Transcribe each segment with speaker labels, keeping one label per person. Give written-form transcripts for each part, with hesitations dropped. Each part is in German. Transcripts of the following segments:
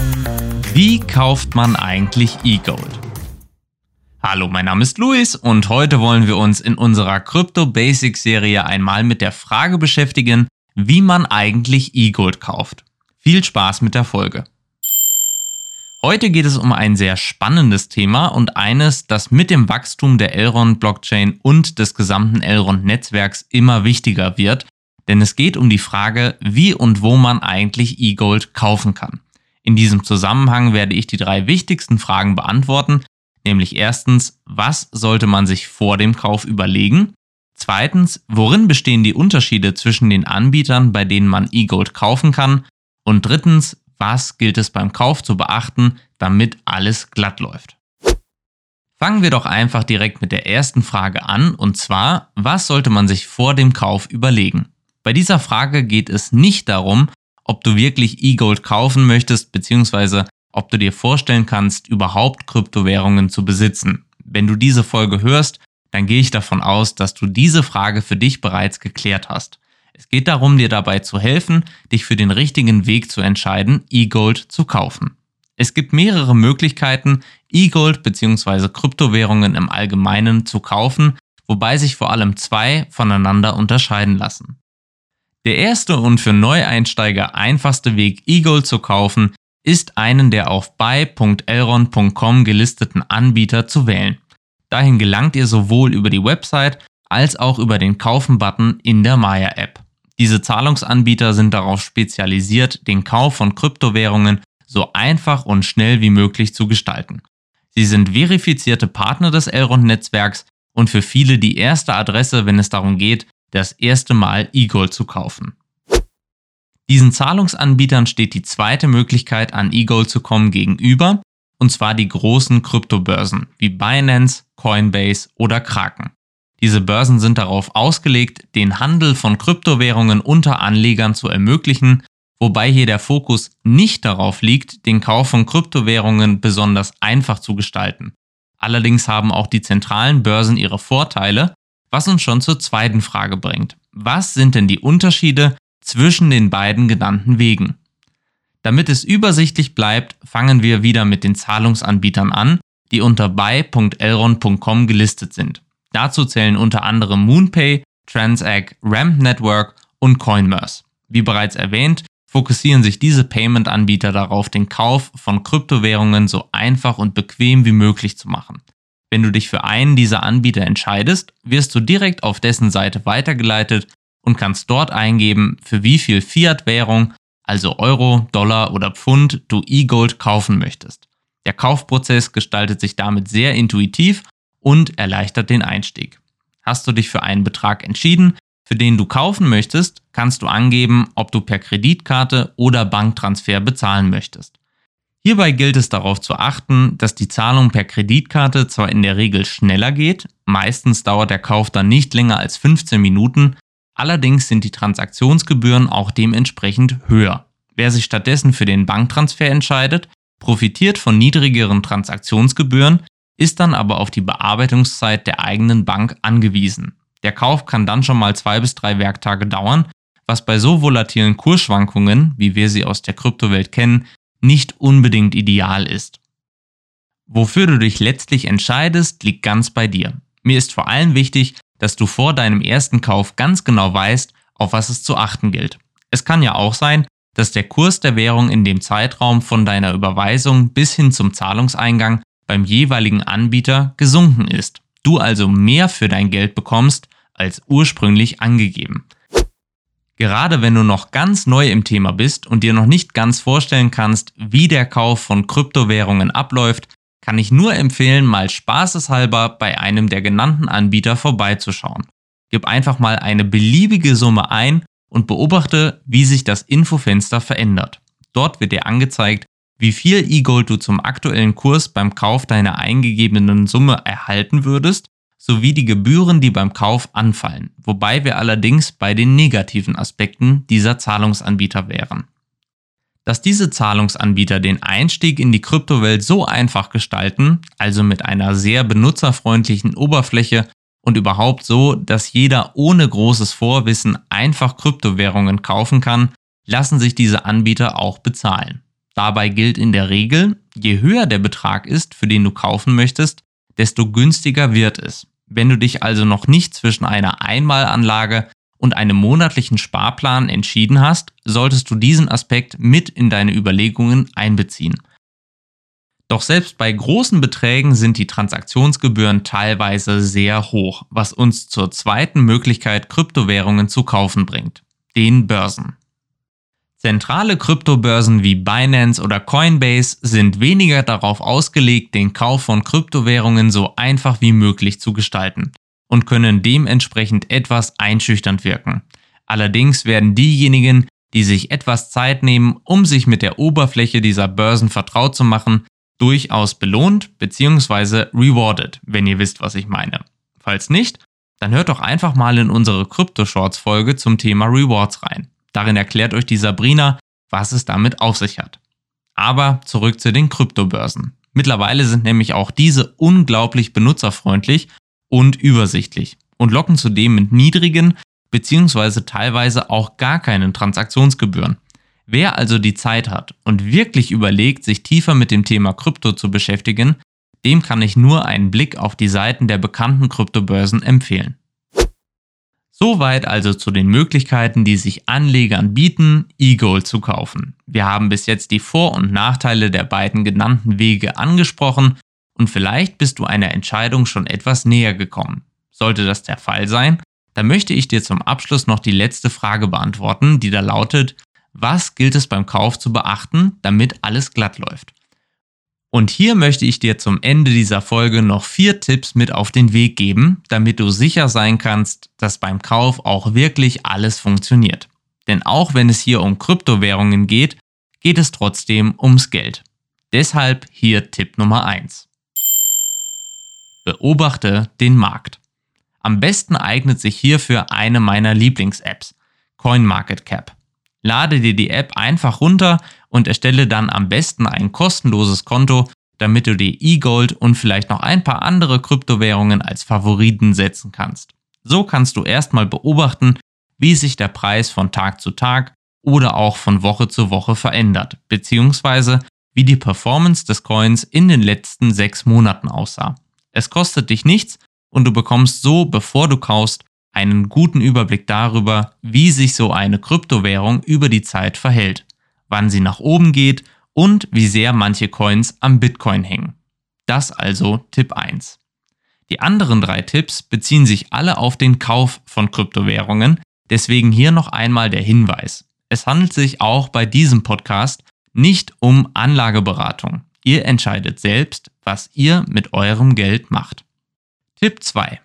Speaker 1: Wie kauft man eigentlich eGold? Hallo, mein Name ist Luis und heute wollen wir uns in unserer Crypto Basics Serie einmal mit der Frage beschäftigen, wie man eigentlich eGold kauft. Viel Spaß mit der Folge. Heute geht es um ein sehr spannendes Thema und eines, das mit dem Wachstum der Elrond-Blockchain und des gesamten Elrond-Netzwerks immer wichtiger wird, denn es geht um die Frage, wie und wo man eigentlich eGold kaufen kann. In diesem Zusammenhang werde ich die 3 wichtigsten Fragen beantworten, nämlich erstens, was sollte man sich vor dem Kauf überlegen? Zweitens, worin bestehen die Unterschiede zwischen den Anbietern, bei denen man eGold kaufen kann? Und drittens, was gilt es beim Kauf zu beachten, damit alles glatt läuft? Fangen wir doch einfach direkt mit der ersten Frage an, und zwar, was sollte man sich vor dem Kauf überlegen? Bei dieser Frage geht es nicht darum, ob du wirklich eGold kaufen möchtest, beziehungsweise ob du dir vorstellen kannst, überhaupt Kryptowährungen zu besitzen. Wenn du diese Folge hörst, dann gehe ich davon aus, dass du diese Frage für dich bereits geklärt hast. Es geht darum, dir dabei zu helfen, dich für den richtigen Weg zu entscheiden, eGold zu kaufen. Es gibt mehrere Möglichkeiten, eGold bzw. Kryptowährungen im Allgemeinen zu kaufen, wobei sich vor allem 2 voneinander unterscheiden lassen. Der erste und für Neueinsteiger einfachste Weg, eGold zu kaufen, ist einen der auf buy.elrond.com gelisteten Anbieter zu wählen. Dahin gelangt ihr sowohl über die Website als auch über den Kaufen-Button in der Maya-App. Diese Zahlungsanbieter sind darauf spezialisiert, den Kauf von Kryptowährungen so einfach und schnell wie möglich zu gestalten. Sie sind verifizierte Partner des Elrond-Netzwerks und für viele die erste Adresse, wenn es darum geht, das erste Mal eGold zu kaufen. Diesen Zahlungsanbietern steht die zweite Möglichkeit, an eGold zu kommen, gegenüber, und zwar die großen Kryptobörsen wie Binance, Coinbase oder Kraken. Diese Börsen sind darauf ausgelegt, den Handel von Kryptowährungen unter Anlegern zu ermöglichen, wobei hier der Fokus nicht darauf liegt, den Kauf von Kryptowährungen besonders einfach zu gestalten. Allerdings haben auch die zentralen Börsen ihre Vorteile, was uns schon zur zweiten Frage bringt. Was sind denn die Unterschiede zwischen den beiden genannten Wegen? Damit es übersichtlich bleibt, fangen wir wieder mit den Zahlungsanbietern an, die unter buy.elrond.com gelistet sind. Dazu zählen unter anderem MoonPay, Transact, Ramp Network und Coinmerse. Wie bereits erwähnt, fokussieren sich diese Payment-Anbieter darauf, den Kauf von Kryptowährungen so einfach und bequem wie möglich zu machen. Wenn du dich für einen dieser Anbieter entscheidest, wirst du direkt auf dessen Seite weitergeleitet und kannst dort eingeben, für wie viel Fiat-Währung, also Euro, Dollar oder Pfund, du eGold kaufen möchtest. Der Kaufprozess gestaltet sich damit sehr intuitiv und erleichtert den Einstieg. Hast du dich für einen Betrag entschieden, für den du kaufen möchtest, kannst du angeben, ob du per Kreditkarte oder Banktransfer bezahlen möchtest. Hierbei gilt es darauf zu achten, dass die Zahlung per Kreditkarte zwar in der Regel schneller geht, meistens dauert der Kauf dann nicht länger als 15 Minuten, allerdings sind die Transaktionsgebühren auch dementsprechend höher. Wer sich stattdessen für den Banktransfer entscheidet, profitiert von niedrigeren Transaktionsgebühren, ist dann aber auf die Bearbeitungszeit der eigenen Bank angewiesen. Der Kauf kann dann schon mal 2 bis 3 Werktage dauern, was bei so volatilen Kursschwankungen, wie wir sie aus der Kryptowelt kennen, nicht unbedingt ideal ist. Wofür du dich letztlich entscheidest, liegt ganz bei dir. Mir ist vor allem wichtig, dass du vor deinem ersten Kauf ganz genau weißt, auf was es zu achten gilt. Es kann ja auch sein, dass der Kurs der Währung in dem Zeitraum von deiner Überweisung bis hin zum Zahlungseingang beim jeweiligen Anbieter gesunken ist. Du also mehr für dein Geld bekommst, als ursprünglich angegeben. Gerade wenn du noch ganz neu im Thema bist und dir noch nicht ganz vorstellen kannst, wie der Kauf von Kryptowährungen abläuft, kann ich nur empfehlen, mal spaßeshalber bei einem der genannten Anbieter vorbeizuschauen. Gib einfach mal eine beliebige Summe ein und beobachte, wie sich das Infofenster verändert. Dort wird dir angezeigt, wie viel eGold du zum aktuellen Kurs beim Kauf deiner eingegebenen Summe erhalten würdest, sowie die Gebühren, die beim Kauf anfallen, wobei wir allerdings bei den negativen Aspekten dieser Zahlungsanbieter wären. Dass diese Zahlungsanbieter den Einstieg in die Kryptowelt so einfach gestalten, also mit einer sehr benutzerfreundlichen Oberfläche und überhaupt so, dass jeder ohne großes Vorwissen einfach Kryptowährungen kaufen kann, lassen sich diese Anbieter auch bezahlen. Dabei gilt in der Regel, je höher der Betrag ist, für den du kaufen möchtest, desto günstiger wird es. Wenn du dich also noch nicht zwischen einer Einmalanlage und einem monatlichen Sparplan entschieden hast, solltest du diesen Aspekt mit in deine Überlegungen einbeziehen. Doch selbst bei großen Beträgen sind die Transaktionsgebühren teilweise sehr hoch, was uns zur zweiten Möglichkeit, Kryptowährungen zu kaufen bringt, den Börsen. Zentrale Kryptobörsen wie Binance oder Coinbase sind weniger darauf ausgelegt, den Kauf von Kryptowährungen so einfach wie möglich zu gestalten und können dementsprechend etwas einschüchternd wirken. Allerdings werden diejenigen, die sich etwas Zeit nehmen, um sich mit der Oberfläche dieser Börsen vertraut zu machen, durchaus belohnt bzw. rewarded, wenn ihr wisst, was ich meine. Falls nicht, dann hört doch einfach mal in unsere Crypto-Shorts-Folge zum Thema Rewards rein. Darin erklärt euch die Sabrina, was es damit auf sich hat. Aber zurück zu den Kryptobörsen. Mittlerweile sind nämlich auch diese unglaublich benutzerfreundlich und übersichtlich und locken zudem mit niedrigen bzw. teilweise auch gar keinen Transaktionsgebühren. Wer also die Zeit hat und wirklich überlegt, sich tiefer mit dem Thema Krypto zu beschäftigen, dem kann ich nur einen Blick auf die Seiten der bekannten Kryptobörsen empfehlen. Soweit also zu den Möglichkeiten, die sich Anlegern bieten, eGold zu kaufen. Wir haben bis jetzt die Vor- und Nachteile der beiden genannten Wege angesprochen und vielleicht bist du einer Entscheidung schon etwas näher gekommen. Sollte das der Fall sein, dann möchte ich dir zum Abschluss noch die letzte Frage beantworten, die da lautet: Was gilt es beim Kauf zu beachten, damit alles glatt läuft? Und hier möchte ich dir zum Ende dieser Folge noch 4 Tipps mit auf den Weg geben, damit du sicher sein kannst, dass beim Kauf auch wirklich alles funktioniert. Denn auch wenn es hier um Kryptowährungen geht, geht es trotzdem ums Geld. Deshalb hier Tipp Nummer 1. Beobachte den Markt. Am besten eignet sich hierfür eine meiner Lieblings-Apps, CoinMarketCap. Lade dir die App einfach runter und erstelle dann am besten ein kostenloses Konto, damit du dir eGold und vielleicht noch ein paar andere Kryptowährungen als Favoriten setzen kannst. So kannst du erstmal beobachten, wie sich der Preis von Tag zu Tag oder auch von Woche zu Woche verändert, beziehungsweise wie die Performance des Coins in den letzten 6 Monaten aussah. Es kostet dich nichts und du bekommst so, bevor du kaufst, einen guten Überblick darüber, wie sich so eine Kryptowährung über die Zeit verhält, wann sie nach oben geht und wie sehr manche Coins am Bitcoin hängen. Das also Tipp 1. Die anderen 3 Tipps beziehen sich alle auf den Kauf von Kryptowährungen, deswegen hier noch einmal der Hinweis. Es handelt sich auch bei diesem Podcast nicht um Anlageberatung. Ihr entscheidet selbst, was ihr mit eurem Geld macht. Tipp 2.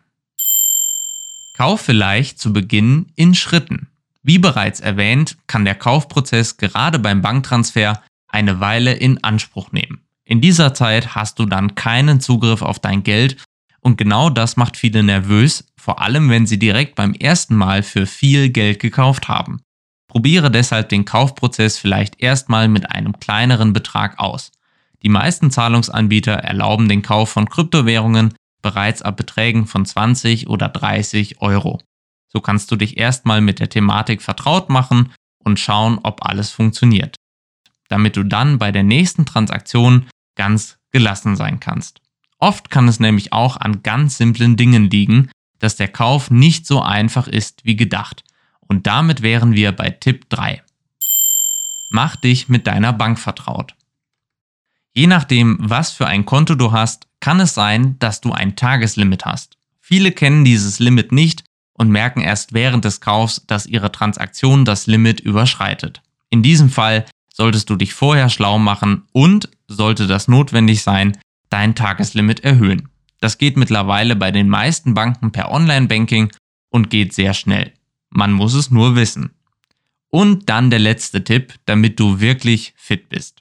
Speaker 1: Kauf vielleicht zu Beginn in Schritten. Wie bereits erwähnt, kann der Kaufprozess gerade beim Banktransfer eine Weile in Anspruch nehmen. In dieser Zeit hast du dann keinen Zugriff auf dein Geld und genau das macht viele nervös, vor allem wenn sie direkt beim ersten Mal für viel Geld gekauft haben. Probiere deshalb den Kaufprozess vielleicht erstmal mit einem kleineren Betrag aus. Die meisten Zahlungsanbieter erlauben den Kauf von Kryptowährungen bereits ab Beträgen von 20 oder 30 Euro. So kannst du dich erstmal mit der Thematik vertraut machen und schauen, ob alles funktioniert, damit du dann bei der nächsten Transaktion ganz gelassen sein kannst. Oft kann es nämlich auch an ganz simplen Dingen liegen, dass der Kauf nicht so einfach ist wie gedacht. Und damit wären wir bei Tipp 3. Mach dich mit deiner Bank vertraut. Je nachdem, was für ein Konto du hast, kann es sein, dass du ein Tageslimit hast. Viele kennen dieses Limit nicht und merken erst während des Kaufs, dass ihre Transaktion das Limit überschreitet. In diesem Fall solltest du dich vorher schlau machen und, sollte das notwendig sein, dein Tageslimit erhöhen. Das geht mittlerweile bei den meisten Banken per Online-Banking und geht sehr schnell. Man muss es nur wissen. Und dann der letzte Tipp, damit du wirklich fit bist.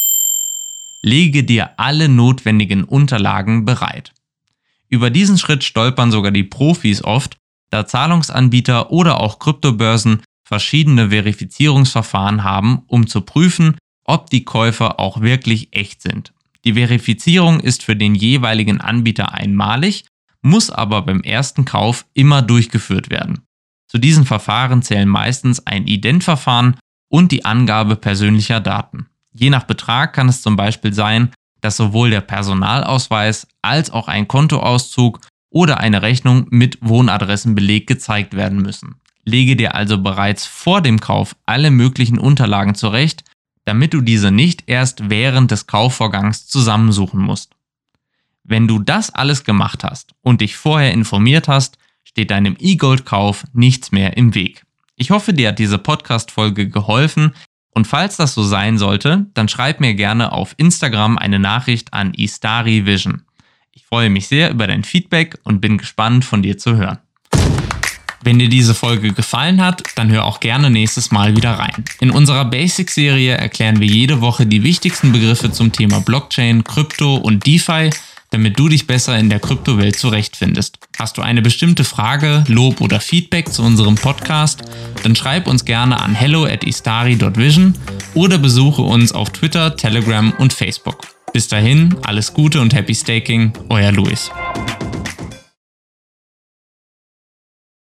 Speaker 1: Lege dir alle notwendigen Unterlagen bereit. Über diesen Schritt stolpern sogar die Profis oft, da Zahlungsanbieter oder auch Kryptobörsen verschiedene Verifizierungsverfahren haben, um zu prüfen, ob die Käufer auch wirklich echt sind. Die Verifizierung ist für den jeweiligen Anbieter einmalig, muss aber beim ersten Kauf immer durchgeführt werden. Zu diesen Verfahren zählen meistens ein Identverfahren und die Angabe persönlicher Daten. Je nach Betrag kann es zum Beispiel sein, dass sowohl der Personalausweis als auch ein Kontoauszug oder eine Rechnung mit Wohnadressenbeleg gezeigt werden müssen. Lege dir also bereits vor dem Kauf alle möglichen Unterlagen zurecht, damit du diese nicht erst während des Kaufvorgangs zusammensuchen musst. Wenn du das alles gemacht hast und dich vorher informiert hast, steht deinem eGold-Kauf nichts mehr im Weg. Ich hoffe, dir hat diese Podcast-Folge geholfen und falls das so sein sollte, dann schreib mir gerne auf Instagram eine Nachricht an istarivision. Ich freue mich sehr über dein Feedback und bin gespannt, von dir zu hören. Wenn dir diese Folge gefallen hat, dann hör auch gerne nächstes Mal wieder rein. In unserer Basics-Serie erklären wir jede Woche die wichtigsten Begriffe zum Thema Blockchain, Krypto und DeFi, damit du dich besser in der Kryptowelt zurechtfindest. Hast du eine bestimmte Frage, Lob oder Feedback zu unserem Podcast, dann schreib uns gerne an hello@istari.vision oder besuche uns auf Twitter, Telegram und Facebook. Bis dahin, alles Gute und Happy Staking, euer Luis.